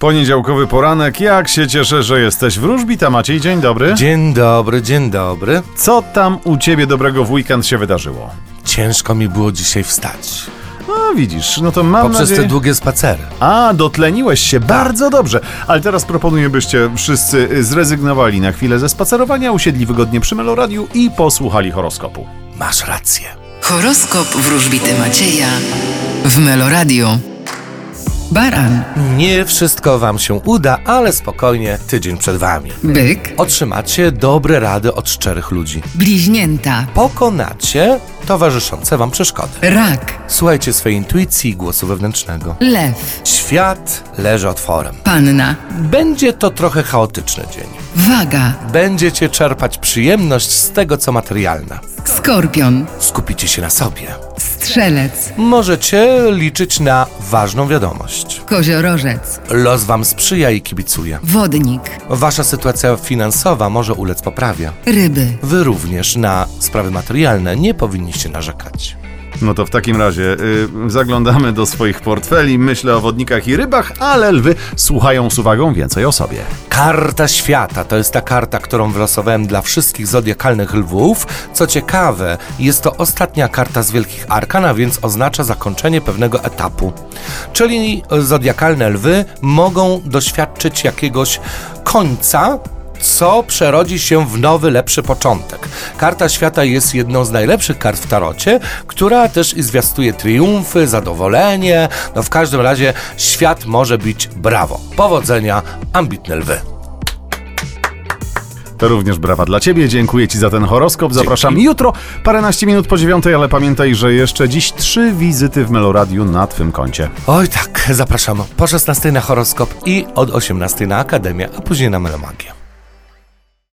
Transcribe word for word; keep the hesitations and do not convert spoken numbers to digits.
Poniedziałkowy poranek, jak się cieszę, że jesteś wróżbita. Maciej, dzień dobry. Dzień dobry, dzień dobry. Co tam u ciebie dobrego w weekend się wydarzyło? Ciężko mi było dzisiaj wstać. No widzisz, no to mam Poprzez nadzieję... te długie spacery. A, dotleniłeś się, bardzo dobrze. Ale teraz proponuję, byście wszyscy zrezygnowali na chwilę ze spacerowania, usiedli wygodnie przy Meloradiu i posłuchali horoskopu. Masz rację. Horoskop wróżbity Macieja w Meloradio. Baran, Nie wszystko wam się uda, ale spokojnie, tydzień przed wami. byk, Otrzymacie dobre rady od szczerych ludzi. bliźnięta, Pokonacie towarzyszące wam przeszkody. rak, Słuchajcie swojej intuicji i głosu wewnętrznego. lew, Świat leży otworem. panna, Będzie to trochę chaotyczny dzień. waga, Będziecie czerpać przyjemność z tego, co materialne. skorpion, Skupicie się na sobie. strzelec, Możecie liczyć na ważną wiadomość. koziorożec, Los wam sprzyja i kibicuje. wodnik, Wasza sytuacja finansowa może ulec poprawie. ryby. Wy również na sprawy materialne nie powinniście narzekać. No to w takim razie yy, zaglądamy do swoich portfeli, myślę o wodnikach i rybach, ale lwy słuchają z uwagą więcej o sobie. Karta świata to jest ta karta, którą wylosowałem dla wszystkich zodiakalnych lwów. Co ciekawe, jest to ostatnia karta z wielkich arkan, a więc oznacza zakończenie pewnego etapu. Czyli zodiakalne lwy mogą doświadczyć jakiegoś końca, co przerodzi się w nowy, lepszy początek. Karta świata jest jedną z najlepszych kart w tarocie, która też i zwiastuje triumfy, zadowolenie. No w każdym razie świat może bić brawo. Powodzenia, ambitne lwy. To również brawa dla ciebie, dziękuję ci za ten horoskop. Zapraszam Dzięki. jutro, paręnaście minut po dziewiątej, ale pamiętaj, że jeszcze dziś trzy wizyty w Meloradiu na twym koncie. Oj tak, zapraszam po szesnastej na horoskop i od osiemnastej na Akademię, a później na Melomagię.